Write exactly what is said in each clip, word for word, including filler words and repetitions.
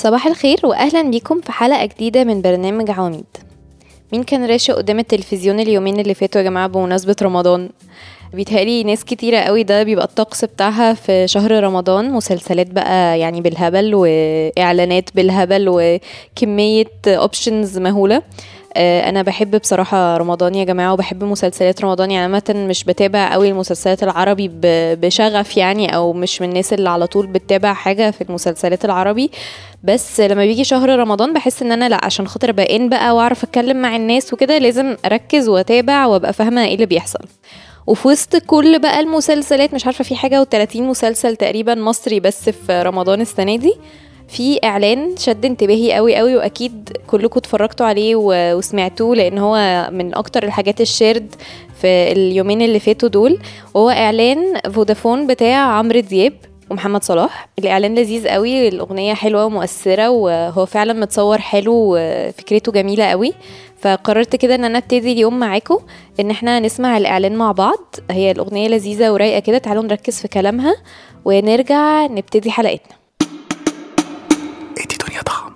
صباح الخير واهلا بيكم في حلقه جديده من برنامج عواميد. مين كان راشق قدام التلفزيون اليومين اللي فاتوا يا جماعه بمناسبه رمضان؟ بيتهيألي ناس كتيره قوي ده بيبقى الطقس بتاعها في شهر رمضان، مسلسلات بقى يعني بالهبل واعلانات بالهبل وكميه اوبشنز مهوله. انا بحب بصراحه رمضان يا جماعه، وبحب مسلسلات رمضان. يعني عامه مش بتابع قوي المسلسلات العربي بشغف يعني، او مش من الناس اللي على طول بتتابع حاجه في المسلسلات العربي، بس لما بيجي شهر رمضان بحس ان انا لا، عشان خاطر بقين بقى واعرف اتكلم مع الناس وكده لازم اركز واتابع وابقى فاهمه ايه اللي بيحصل. وفي وسط كل بقى المسلسلات، مش عارفه في حاجه وثلاثين مسلسل تقريبا مصري بس في رمضان السنه دي، في اعلان شد انتباهي قوي قوي، واكيد كلكم اتفرجتوا عليه وسمعتوه لان هو من اكتر الحاجات الشيرد في اليومين اللي فاتوا دول. وهو اعلان فودافون بتاع عمرو دياب ومحمد صلاح. الاعلان لذيذ قوي، الاغنيه حلوه ومؤثره، وهو فعلا متصور حلو وفكرته جميله قوي. فقررت كده ان انا ابتدي اليوم معاكم ان احنا نسمع الاعلان مع بعض. هي الاغنيه لذيذه ورايقه كده، تعالوا نركز في كلامها ونرجع نبتدي حلقتنا. ادي دنيا طعم.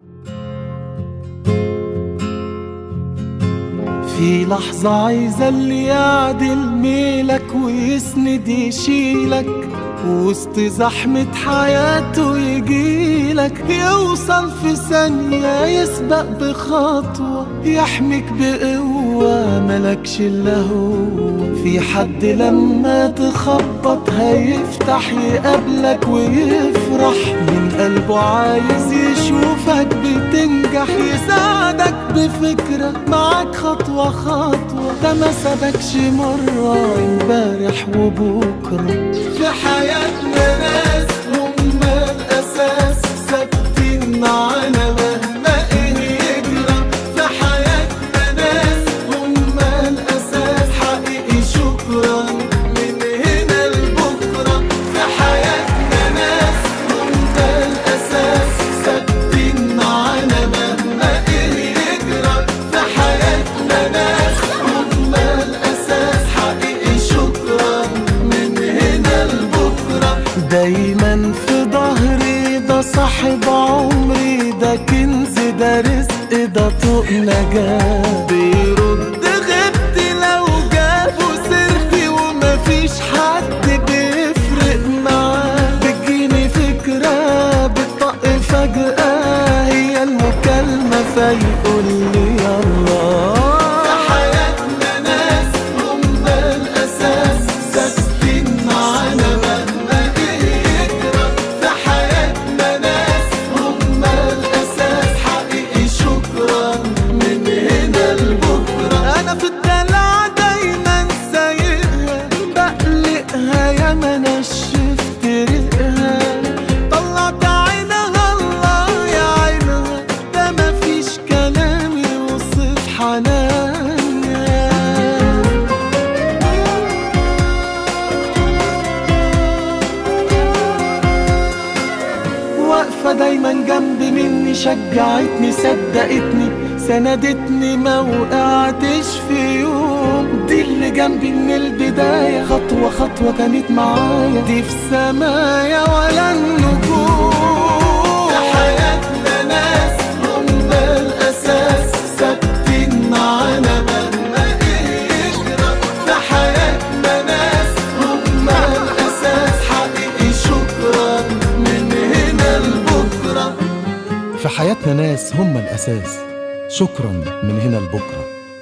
في لحظة عايزة اللي يعدل ميلك ويسند يشيلك وسط زحمة حياته، يجيلك يوصل في ثانية، يسبق بخطوة، يحميك بقوة ملكش إلا هو. في حد لما تخبط هيفتح يقابلك ويفرح، من قلبه عايز يشوفك بتنجح، يساعدك بفكرة معاك خطوة خطوة. ده ما سابكش مرة امبارح وبكرة. في حياتنا ناس هم الأساس، ثابتين معانا مهما إيه يجرى. في حياتنا ناس هم الأساس، حقيقي شكرا من هنا لبكرة. في حياتنا ناس هم الأساس، ثابتين معانا مهما إيه يجرى. في حياتنا ناس هم الأساس، حقيقي شكرا من هنا لبكرة. دايما في ظهري، ده صاحب عمري، ده كنز، ده رزق، ده طوق نجاة. بيرد غبتي لو جابوا سيرتي، ومفيش حد بيفرق معاه. بتجيني فكرة بتطق فجأة، هي المكالمة فيقول لي يلا. دايما جنبي مني، شجعتني صدقتني سندتني، ما وقعتش في يوم. دي اللي جنبي من البداية، خطوة خطوة كانت معايا، دي في سمايا ولا النجوم. في حياتنا ناس هم الأساس، ثابتين معانا مهما إيه يجرى. في حياتنا ناس هم الأساس، حقيقي شكرا من هنا لبكرة. في حياتنا ناس هم الأساس، شكرا من هنا لبكرة.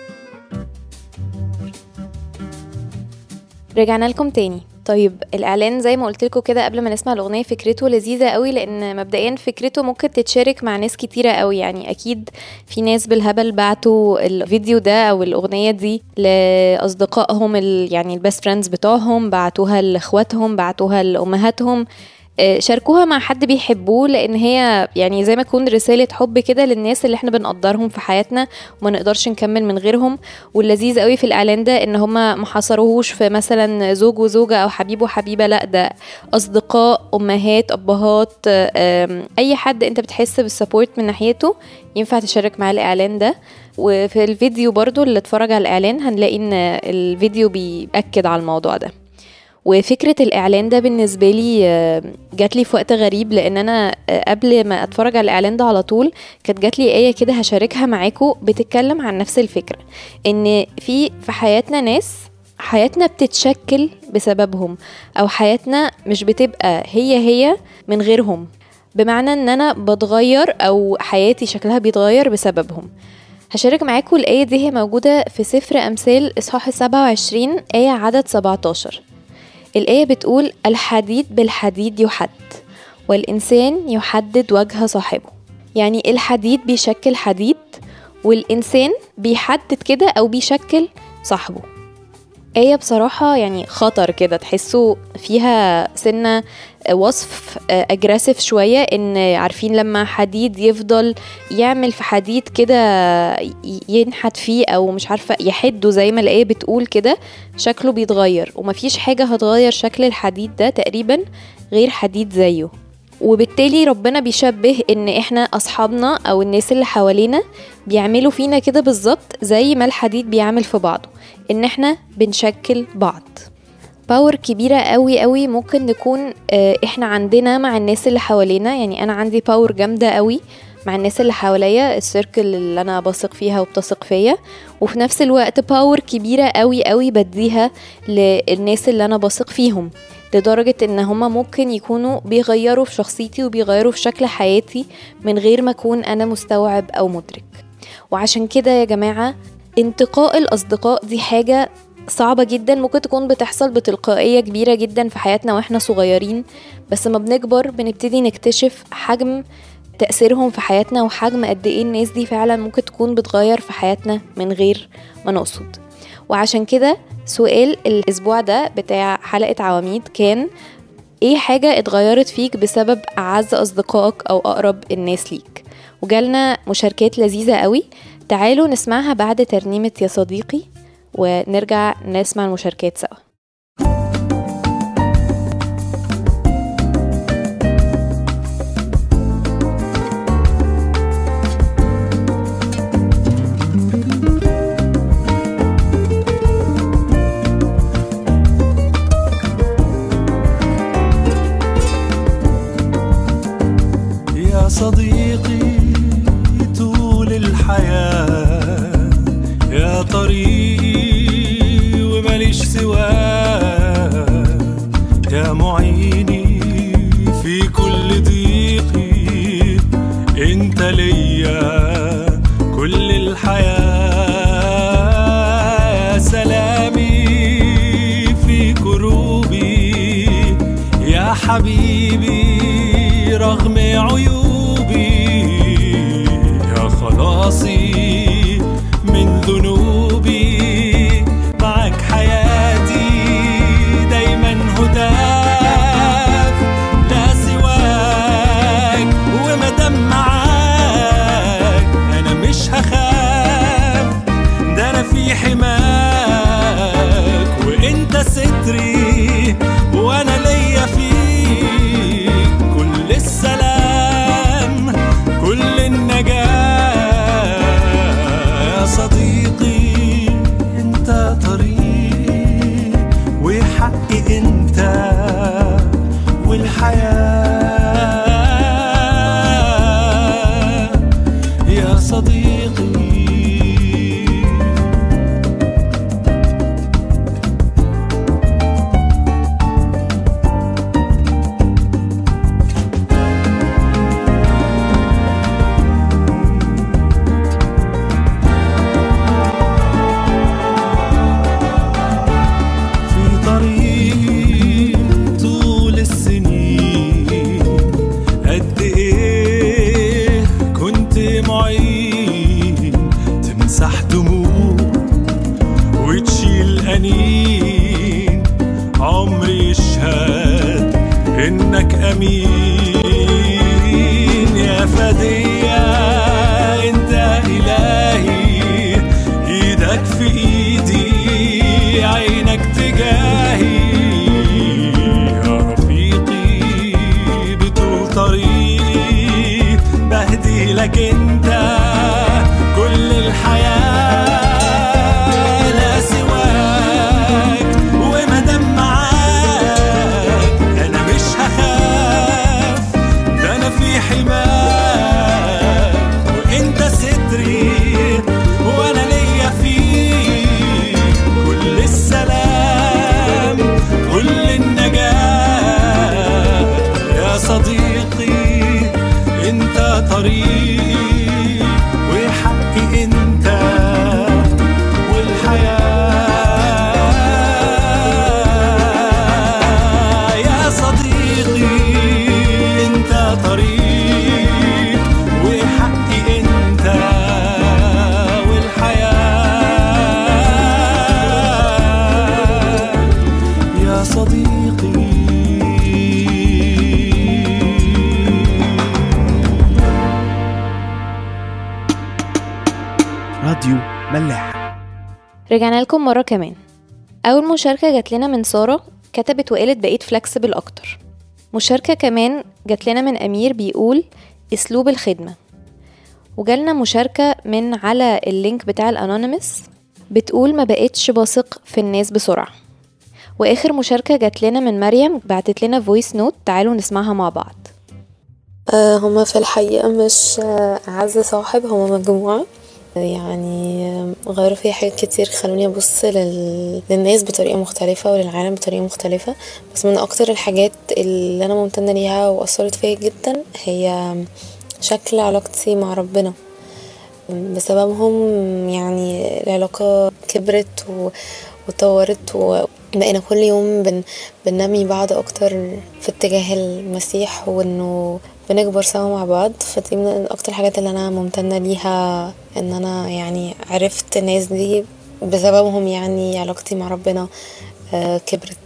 رجعنا لكم تاني. طيب الاعلان زي ما قلت لكم كده قبل ما نسمع الاغنيه، فكرته لذيذه قوي، لان مبدئيا فكرته ممكن تتشارك مع ناس كتيره قوي. يعني اكيد في ناس بالهبل بعتوا الفيديو ده او الاغنيه دي لاصدقائهم، يعني البست فريندز بتوعهم، بعتوها لاخواتهم، بعتوها لامهاتهم، شاركوها مع حد بيحبوه، لان هي يعني زي ما تكون رسالة حب كده للناس اللي احنا بنقدرهم في حياتنا وما نقدرش نكمل من غيرهم. واللذيذ قوي في الاعلان ده ان هما ما حصروهوش في مثلا زوج وزوجة او حبيب وحبيبة، لا ده اصدقاء، امهات، ابهات، اي حد انت بتحس بالسبورت من ناحيته ينفع تشارك مع الاعلان ده. وفي الفيديو برضو اللي اتفرج على الاعلان هنلاقي ان الفيديو بيأكد على الموضوع ده. وفكرة الإعلان ده بالنسبة لي جات لي في وقت غريب، لأن أنا قبل ما أتفرج على الإعلان ده على طول كانت جات لي آية كده هشاركها معاكم بتتكلم عن نفس الفكرة، إن في في حياتنا ناس حياتنا بتتشكل بسببهم، أو حياتنا مش بتبقى هي هي من غيرهم، بمعنى إن أنا بتغير أو حياتي شكلها بيتغير بسببهم. هشارك معاكم الآية دي، هي موجودة في سفر أمثال إصحاح السبعة وعشرين آية عدد سبعتاشر. الآية بتقول: الحديد بالحديد يحد، والإنسان يحدد وجه صاحبه. يعني الحديد بيشكل حديد، والإنسان بيحدد كده أو بيشكل صاحبه. آية بصراحة يعني خطر كده، تحسوا فيها سنة وصف أجريسيف شوية، إن عارفين لما حديد يفضل يعمل في حديد كده ينحت فيه أو مش عارفة يحده زي ما الآية بتقول كده، شكله بيتغير، ومفيش حاجة هتغير شكل الحديد ده تقريبا غير حديد زيه. وبالتالي ربنا بيشبه إن إحنا أصحابنا أو الناس اللي حوالينا بيعملوا فينا كده بالظبط زي ما الحديد بيعمل في بعضه، إن إحنا بنشكل بعض. باور كبيرة قوي قوي ممكن نكون إحنا عندنا مع الناس اللي حوالينا. يعني أنا عندي باور جامدة قوي مع الناس اللي حواليا، السيركل اللي أنا بثق فيها وبتثق فيا، وفي نفس الوقت باور كبيرة قوي قوي بديها للناس اللي أنا بثق فيهم، لدرجة إن هما ممكن يكونوا بيغيروا في شخصيتي وبيغيروا في شكل حياتي من غير ما أكون أنا مستوعب أو مدرك. وعشان كده يا جماعة، انتقاء الأصدقاء دي حاجة صعبة جدا، ممكن تكون بتحصل بتلقائية كبيرة جدا في حياتنا وإحنا صغيرين، بس ما بنكبر بنبتدي نكتشف حجم تأثيرهم في حياتنا، وحجم قد إيه الناس دي فعلا ممكن تكون بتغير في حياتنا من غير ما نقصد. وعشان كده سؤال الأسبوع ده بتاع حلقة عواميد كان: إيه حاجة اتغيرت فيك بسبب أعز أصدقائك أو أقرب الناس ليك؟ وجالنا مشاركات لذيذة قوي، تعالوا نسمعها بعد ترنيمة يا صديقي ونرجع نسمع المشاركات سوا. يا صديقي طول الحياة، يا طريقي وماليش سواك، يا معيني في كل ضيقي، انت ليا كل الحياة، يا سلامي في كروبي، يا حبيبي رغم عيوبي، يا خلاصي من ذنوبي، معك حياتي دايما هداك، لا سواك ومدام معاك أنا مش هخاف، ده أنا في حماك وإنت ستري، وأنا ليا فيك كل السلام كل النجاة، يا صديقي انت طريقي وحقي انت والحياة، يا صديقي. عمري يشهد إنك أمين، يا فدية أنت إلهي، إيدك في إيدي عينك تجاهي، يا رفيقي بطول طريقي بهدي لك أنت كل الحياة، لا سواك ومدام معاك طريق وحقي انت والحياة يا صديقي انت طريق وحقي انت والحياة يا صديقي. راديو ملاح. رجعنا لكم مرة كمان. أول مشاركة جات لنا من سارة، كتبت وقالت بقيت فلكسبل أكتر. مشاركة كمان جات لنا من أمير بيقول أسلوب الخدمة. وجالنا مشاركة من على اللينك بتاع الأنونيمس بتقول ما بقيتش بثق في الناس بسرعة. وآخر مشاركة جات لنا من مريم بعتت لنا فويس نوت، تعالوا نسمعها مع بعض. آه هما في الحقيقة مش آه أعز صاحب، هما مجموعة يعني غيروا فيها حاجات كتير، خلوني أبص لل... للناس بطريقة مختلفة وللعالم بطريقة مختلفة. بس من أكتر الحاجات اللي أنا ممتنة ليها وأثرت فيها جدا هي شكل علاقتي مع ربنا. بسببهم يعني العلاقة كبرت و... وطورت، وبقينا كل يوم بن... بننمي بعض أكتر في اتجاه المسيح، وإنه بنكبر سوا مع بعض. فدي من اكتر الحاجات اللي انا ممتنه ليها، ان انا يعني عرفت الناس دي بسببهم، يعني علاقتي مع ربنا كبرت.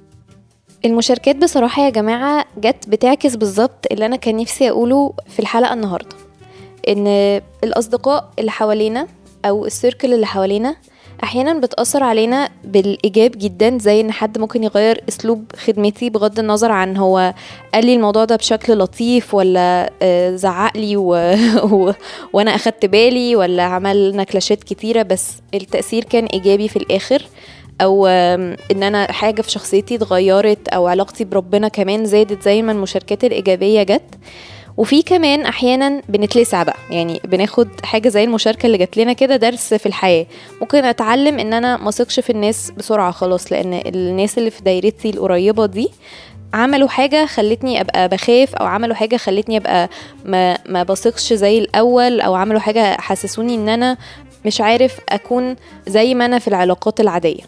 المشاركات بصراحه يا جماعه جت بتعكس بالظبط اللي انا كان نفسي اقوله في الحلقه النهارده، ان الاصدقاء اللي حوالينا او السيركل اللي حوالينا احيانا بتأثر علينا بالايجاب جدا، زي ان حد ممكن يغير اسلوب خدمتي بغض النظر عن هو قال لي الموضوع ده بشكل لطيف ولا زعق لي و... و... وانا اخدت بالي، ولا عملنا كلاشات كتيره بس التأثير كان ايجابي في الاخر، او ان انا حاجه في شخصيتي اتغيرت، او علاقتي بربنا كمان زادت زي ما المشاركات الايجابيه جت. وفي كمان احيانا بنتلسع بقى، يعني بناخد حاجه زي المشاركه اللي جات لنا كده درس في الحياه. ممكن اتعلم ان انا ما اثقش في الناس بسرعه خلاص، لان الناس اللي في دايرتي القريبه دي عملوا حاجه خلتني ابقى بخاف، او عملوا حاجه خلتني ابقى ما ما بثقش زي الاول، او عملوا حاجه حسسوني ان انا مش عارف اكون زي ما انا في العلاقات العاديه.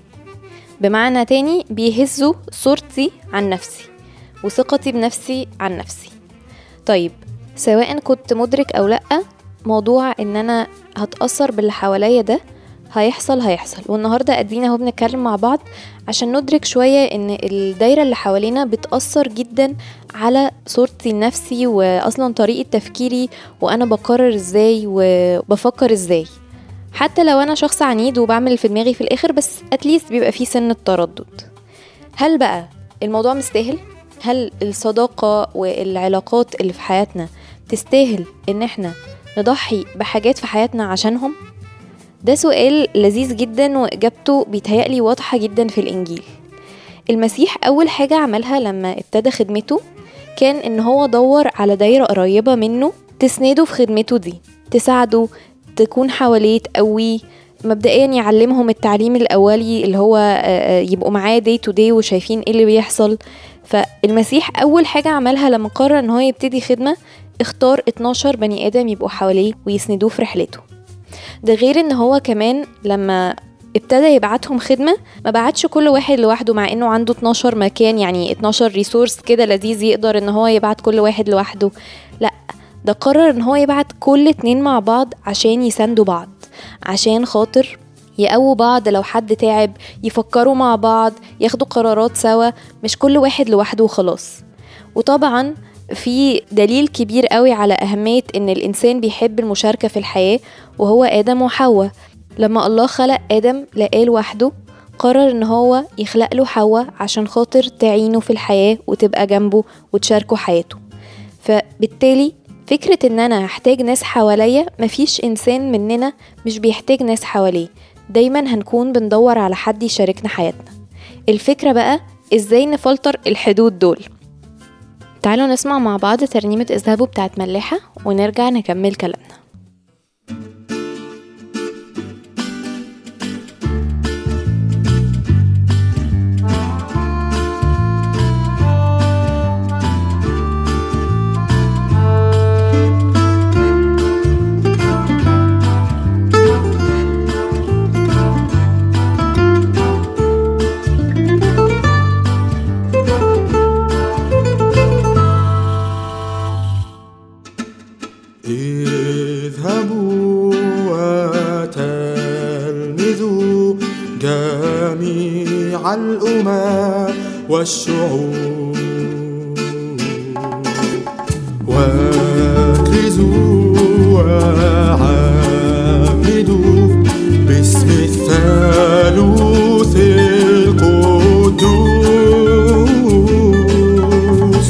بمعنى تاني بيهزوا صورتي عن نفسي وثقتي بنفسي عن نفسي. طيب سواء كنت مدرك او لأ، موضوع ان انا هتأثر باللي حواليا ده هيحصل هيحصل والنهاردة ادينا اهو بنتكلم مع بعض عشان ندرك شوية ان الدايرة اللي حوالينا بتأثر جدا على صورتي النفسي، واصلا طريقة تفكيري، وانا بقرر ازاي وبفكر ازاي. حتى لو انا شخص عنيد وبعمل في دماغي في الاخر، بس اتليست بيبقى فيه سن التردد. هل بقى الموضوع مستاهل؟ هل الصداقة والعلاقات اللي في حياتنا تستاهل ان احنا نضحي بحاجات في حياتنا عشانهم؟ ده سؤال لذيذ جدا، واجابته بيتهيألي واضحة جدا في الانجيل. المسيح اول حاجة عملها لما ابتدى خدمته كان ان هو دور على دايرة قريبة منه تسنده في خدمته دي، تساعده، تكون حواليه، تقويه، مبدئيا يعلمهم التعليم الاولي اللي هو يبقوا معاه day to day وشايفين ايه اللي بيحصل. فالمسيح اول حاجة عملها لما قرر ان هو يبتدي خدمة، اختار اتناشر بني ادم يبقوا حواليه ويسندوه في رحلته. ده غير ان هو كمان لما ابتدى يبعتهم خدمة ما بعتش كل واحد لوحده، مع انه عنده اتناشر مكان، يعني اتناشر ريسورس كده لذيذ يقدر ان هو يبعت كل واحد لوحده. لا، ده قرر ان هو يبعت كل اتنين مع بعض عشان يساندوا بعض، عشان خاطر يقووا بعض لو حد تعب، يفكروا مع بعض، ياخدوا قرارات سوا، مش كل واحد لوحده وخلاص. وطبعا في دليل كبير قوي على أهمية ان الانسان بيحب المشاركة في الحياة، وهو آدم وحواء. لما الله خلق آدم لقاه لوحده، قرر ان هو يخلق له حواء عشان خاطر تعينه في الحياة وتبقى جنبه وتشاركه حياته. فبالتالي فكرة ان انا هحتاج ناس حواليا، مفيش انسان مننا مش بيحتاج ناس حواليه، دايما هنكون بندور على حد يشاركنا حياتنا. الفكرة بقى ازاي نفلتر الحدود دول. تعالوا نسمع مع بعض ترنيمة اذهبوا بتاعت ملاحة ونرجع نكمل كلامنا. اذهبوا وتلمذوا جميع الأمم والشعوب واكرزوا وعمدوا باسم الثالوث القدوس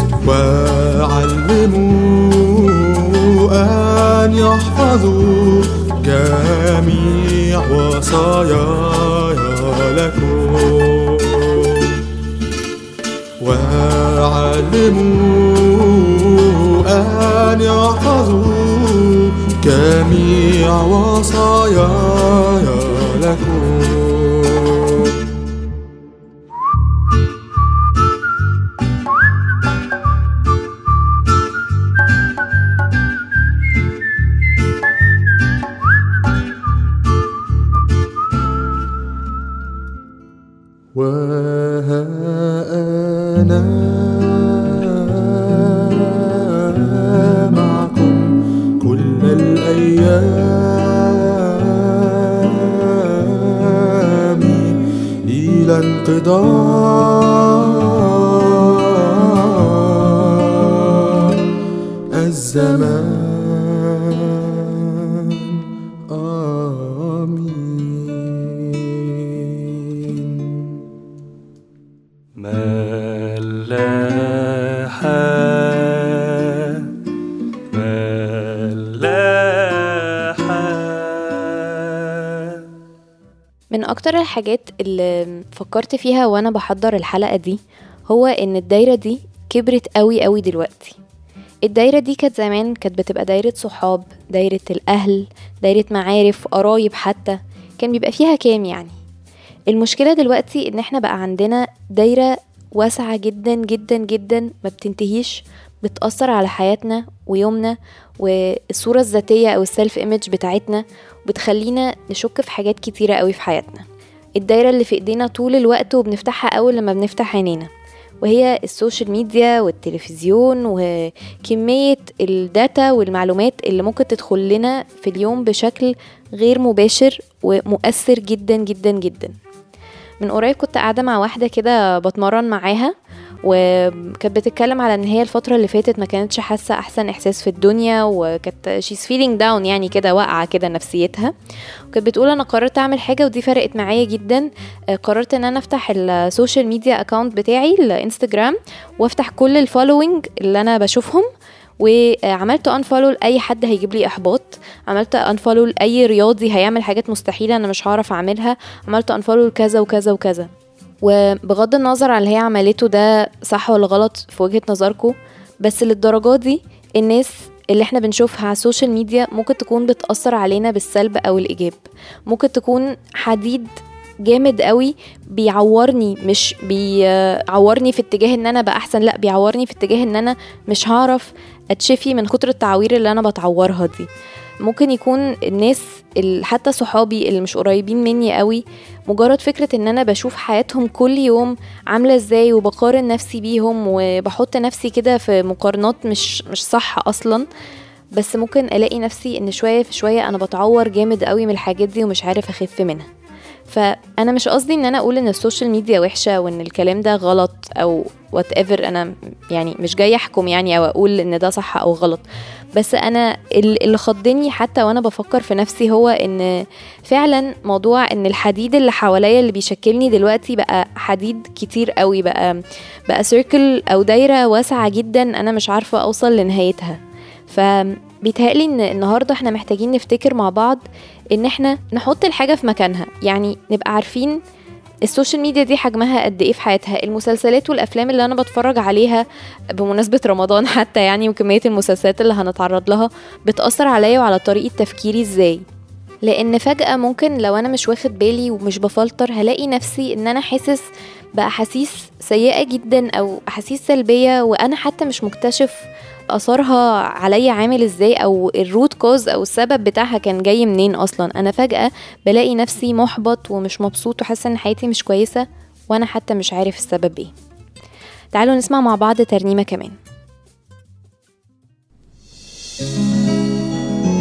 وعلموا أن يحفظوا جميع وصاياي لكم وعلموا أن يحفظوا جميع وصاياي لكم. وها أنا معكم كل الأيام إلى انقضاء الزمان. من أكتر الحاجات اللي فكرت فيها وأنا بحضر الحلقة دي هو إن الدايرة دي كبرت قوي قوي دلوقتي. الدايرة دي كانت زمان كانت بتبقى دايرة صحاب، دايرة الأهل، دايرة معارف، قرايب، حتى كان بيبقى فيها كام يعني. المشكلة دلوقتي إن احنا بقى عندنا دايرة واسعة جدا جدا جدا ما بتنتهيش، بتأثر على حياتنا ويومنا والصورة الذاتية أو السيلف إيميج بتاعتنا، وبتخلينا نشك في حاجات كتيرة قوي في حياتنا. الدايرة اللي في إيدينا طول الوقت وبنفتحها أول لما بنفتح عينينا، وهي السوشيال ميديا والتلفزيون وكمية الداتا والمعلومات اللي ممكن تدخل لنا في اليوم بشكل غير مباشر ومؤثر جدا جدا جدا. من قريب كنت قاعدة مع واحدة كده بتمرن معاها، وكانت بتتكلم على ان هي الفترة اللي فاتت ما كانتش حاسة احسن احساس في الدنيا، وكانت she's feeling down يعني كده، واقعة كده نفسيتها. وكانت بتقول انا قررت اعمل حاجة ودي فرقت معايا جدا. قررت ان انا افتح السوشيال ميديا اكاونت بتاعي الانستجرام وافتح كل الفولوينج اللي انا بشوفهم، وعملت انفولو لاي حد هيجيب لي احباط، عملت انفولو لاي رياضي هيعمل حاجات مستحيلة انا مش هعرف اعملها، عملت انفولو لكذا وكذا وكذا. وبغض النظر عن اللي هي عملته ده صح ولا غلط في وجهة نظركم، بس للدرجة دي الناس اللي احنا بنشوفها على السوشيال ميديا ممكن تكون بتأثر علينا بالسلب او الايجاب. ممكن تكون حديد جامد قوي بيعورني، مش بيعورني في اتجاه ان انا بقى احسن، لا بيعورني في اتجاه ان انا مش هعرف اتشفي من كتر التعوير اللي انا بتعورها دي. ممكن يكون الناس حتى صحابي اللي مش قريبين مني قوي، مجرد فكرة ان انا بشوف حياتهم كل يوم عاملة ازاي وبقارن نفسي بيهم وبحط نفسي كده في مقارنات مش مش صح اصلا، بس ممكن الاقي نفسي ان شوية في شوية انا بتعور جامد قوي من الحاجات دي ومش عارف اخف منها. فانا مش قصدي ان انا اقول ان السوشيال ميديا وحشة وان الكلام ده غلط او whatever، انا يعني مش جاي احكم يعني او اقول ان ده صح او غلط، بس انا اللي خضني حتى وانا بفكر في نفسي هو ان فعلا موضوع ان الحديد اللي حواليا اللي بيشكلني دلوقتي بقى حديد كتير قوي، بقى بقى سيركل او دايرة واسعة جدا انا مش عارفة اوصل لنهايتها. فبيتهيألي ان النهاردة احنا محتاجين نفتكر مع بعض ان احنا نحط الحاجة في مكانها، يعني نبقى عارفين السوشيال ميديا دي حجمها قد ايه في حياتها. المسلسلات والافلام اللي انا بتفرج عليها بمناسبة رمضان حتى يعني، وكمية المسلسلات اللي هنتعرض لها بتأثر عليا وعلى طريقة تفكيري ازاي، لان فجأة ممكن لو انا مش واخد بالي ومش بفلتر هلاقي نفسي ان انا حاسس بأحاسيس سيئة جدا او احاسيس سلبية، وانا حتى مش مكتشف اثرها عليا عامل ازاي او الروت كوز او السبب بتاعها كان جاي منين اصلا. انا فجأة بلاقي نفسي محبط ومش مبسوط وحاسه ان حياتي مش كويسة وانا حتى مش عارف السبب ايه. تعالوا نسمع مع بعض ترنيمة كمان.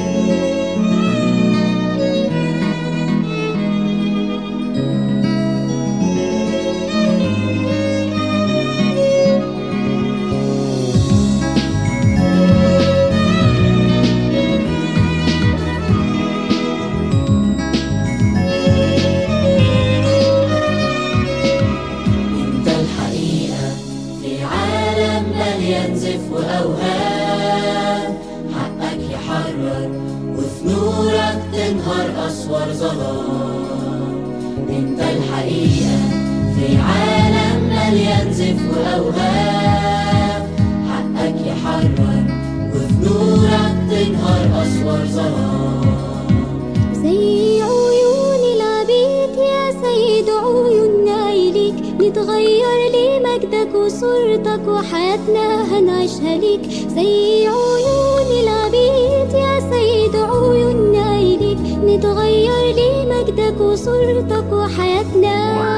يحرر وفي نورك تنهار أسوار ظلام. انت الحقيقة في عالم مليان زف وأوهام، حقك يحرر وفي نورك تنهار أسوار ظلام. زي عيون العبيد يا سيد عيوننا إليك، نتغير لمجدك وصورتك وحياتنا هنعيشها ليك. زي عيون العبيد يا سيد عيوننا إليك، نتغير لمجدك وصورتك وحياتنا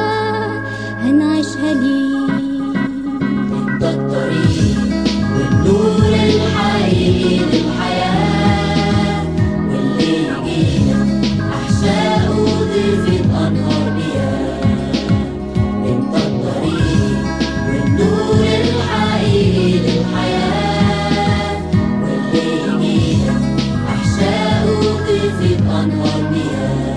هنعيشها ليك. انت الطريق والنور الحقيقي للحياة، واللي يجينا أحشاء وضيفة أنهار مياه. انت الطريق والنور الحقيقي للحياة، واللي يجينا أحشاء وضيفة أنهار مياه.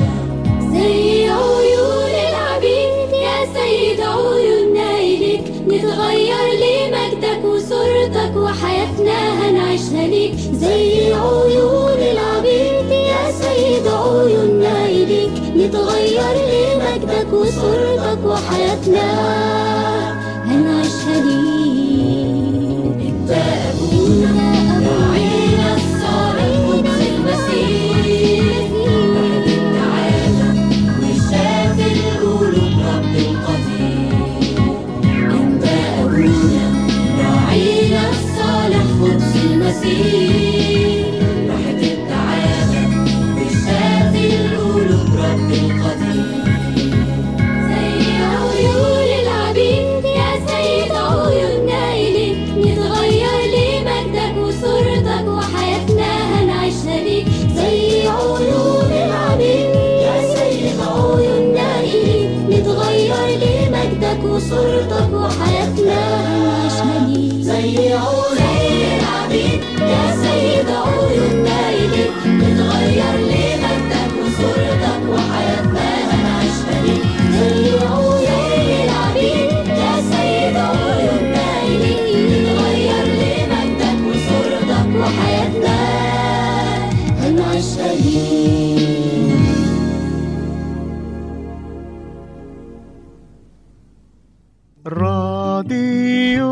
زي عيون العبيد يا سيد عيوننا إليك، نتغير لمجدك وصورتك وحياتنا هنعيشها ليك. زي عيون العبيد يا سيد عيوننا إليك، نتغير لمجدك وصورتك وحياتنا هنعيشها ليك. انت أبونا راعينا الصالح قدس المسيح، واحد التعالى وشاف القلوب رب القدير. انت أبونا راعينا الصالح قدس المسيح، واحد التعالى وشاف القلوب رب القدير. زي عيون العبيد يا سيد عيوننا إليك، نتغير لمجدك وصورتك وحياتنا هنعيشها ليك. زي عيون العبيد يا سيد عيوننا إليك، نتغير لمجدك وصورتك وحياتنا هنعيشها ليك. زي عيون العبيد يا سيد عيوننا إليك، نتغير لمجدك وصورتك وحياتنا هنعيشها ليك. زي عيون العبيد يا سيد عيوننا إليك، نتغير لمجدك وصورتك وحياتنا هنعيشها ليك. راديو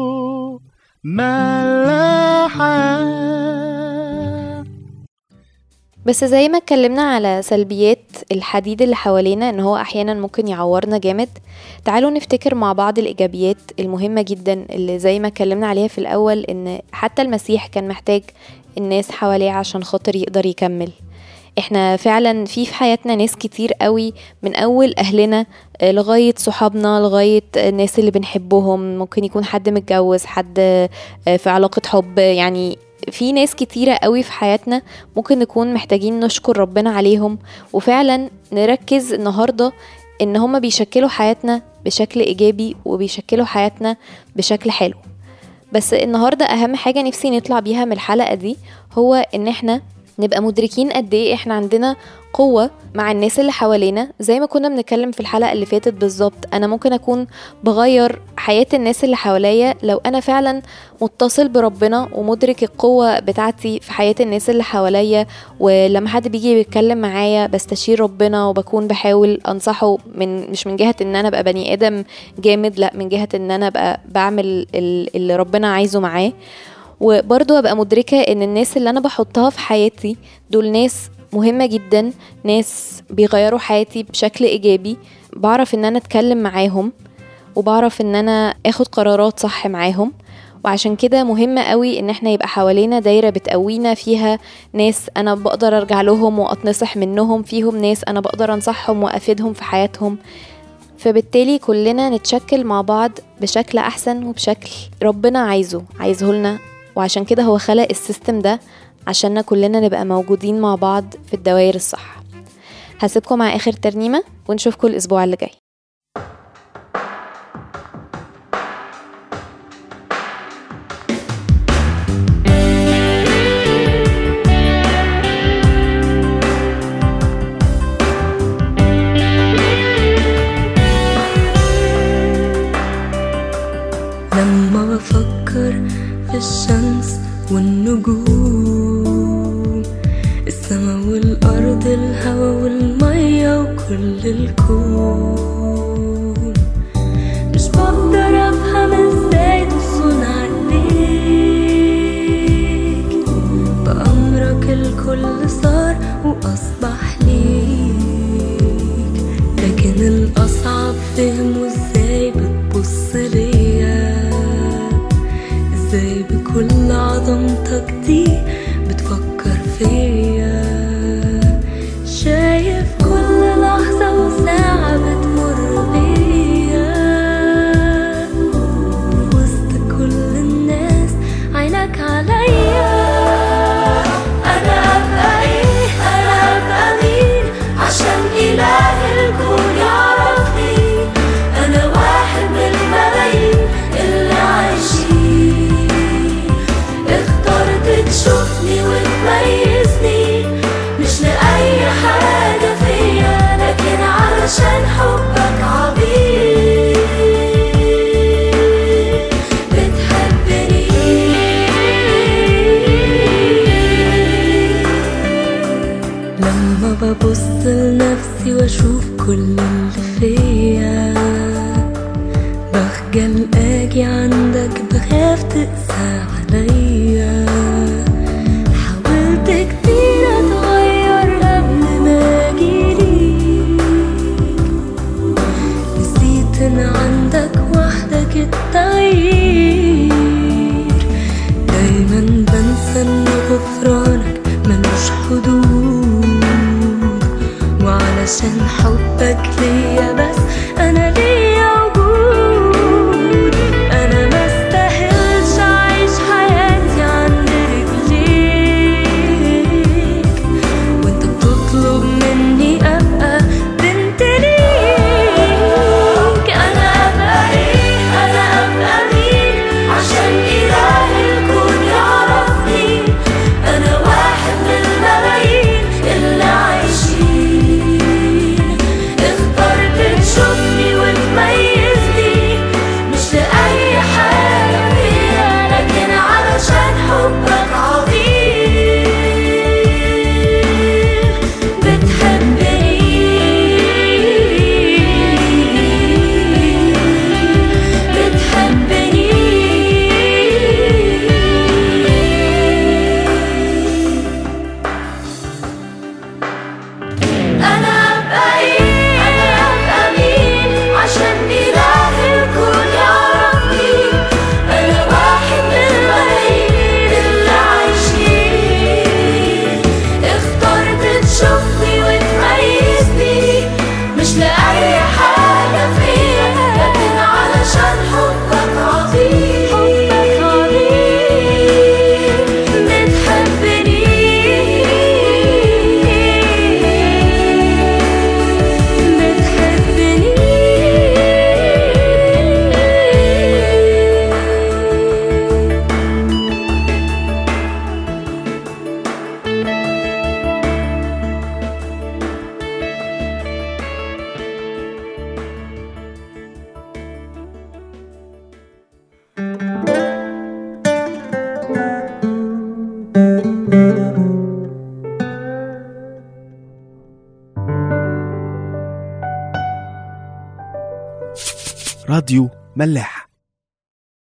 ملاحة. بس زي ما اتكلمنا على سلبيات الحديد اللي حوالينا ان هو احيانا ممكن يعورنا جامد، تعالوا نفتكر مع بعض الايجابيات المهمة جدا اللي زي ما اتكلمنا عليها في الاول، ان حتى المسيح كان محتاج الناس حواليه عشان خاطر يقدر يكمل. احنا فعلا في في حياتنا ناس كتير قوي، من اول اهلنا لغاية صحابنا لغاية الناس اللي بنحبهم، ممكن يكون حد متجوز، حد في علاقة حب، يعني في ناس كتيرة قوي في حياتنا ممكن نكون محتاجين نشكر ربنا عليهم، وفعلا نركز النهاردة ان هما بيشكلوا حياتنا بشكل ايجابي وبيشكلوا حياتنا بشكل حلو. بس النهاردة اهم حاجة نفسي نطلع بيها من الحلقة دي هو ان احنا نبقى مدركين قد ايه احنا عندنا قوة مع الناس اللي حوالينا. زي ما كنا بنتكلم في الحلقة اللي فاتت بالظبط، انا ممكن اكون بغير حياة الناس اللي حواليا لو انا فعلا متصل بربنا ومدرك القوة بتاعتي في حياة الناس اللي حواليا، ولما حد بيجي بيتكلم معايا بستشير ربنا وبكون بحاول انصحه، من مش من جهة ان انا ابقى بني ادم جامد، لا من جهة ان انا ابقى بعمل اللي ربنا عايزه معاه. وبرضو ابقى مدركة ان الناس اللي انا بحطها في حياتي دول ناس مهمة جدا، ناس بيغيروا حياتي بشكل ايجابي، بعرف ان انا اتكلم معاهم وبعرف ان انا اخد قرارات صح معاهم. وعشان كده مهمة قوي ان احنا يبقى حوالينا دايرة بتقوينا، فيها ناس انا بقدر ارجع لهم واتنصح منهم، فيهم ناس انا بقدر انصحهم وافيدهم في حياتهم. فبالتالي كلنا نتشكل مع بعض بشكل احسن وبشكل ربنا عايزه عايزه لنا. وعشان كده هو خلق السيستم ده عشاننا كلنا نبقى موجودين مع بعض في الدوائر الصح. هسيبكم مع آخر ترنيمة ونشوفكم الأسبوع اللي جاي. لما بفكر في الشمس والنجوم كل الكون. مش بقدر افهم ازاي تصون عليك، بأمرك الكل صار واصبح ليك. لكن الاصعب فهمه ازاي بتبص ليا، ازاي بكل عظمتك دي بتفكر فيا. شايف كل لحظة وساعة بتمر بيا، وسط كل الناس عينك عليا. أنا أبقى إيه؟ أنا أبقى مين عشان إله الكون يعرفني؟ أنا واحد من الملايين اللي عايشين. اخترت تشوفني وتميزني، مش لأي حاجة فيا، لكن علشان حبك عظيم. بتحبني لما ببص لنفسي واشوف كل اللي فيا، بخجل اجي عندك، بخاف تقسى عليا. حاولت كتير اتغير قبل ما اجيليك، نسيت ان عندك وحدك التغيير. دايما بنسى ان غفرانك ملوش حدود، وعلشان حبك ليا بس انا ليا وجود. انا ما استاهلش اعيش حياتي عند رجليك، وانت بتطلب مني ابقى بنت ليك. انا ابقى ايه؟ انا ابقى مين عشان اله الكون يعرفني؟ انا واحد من الملايين اللي عايشين. اخترت تشوفني وتميزني، مش لأي حاجة فيا، لكن علشان حبك عظيم. بتحبني بتحبني أنا أبقى إيه؟ أنا أبقى مين عشان إله الكون يعرفني؟ أنا واحد من الملايين اللي عايشين. اخترت تشوفني وتميزني، مش لأي حاجة فيا، لكن علشان حبك عظيم. حبك عظيم. بتحبني راديو ملاح.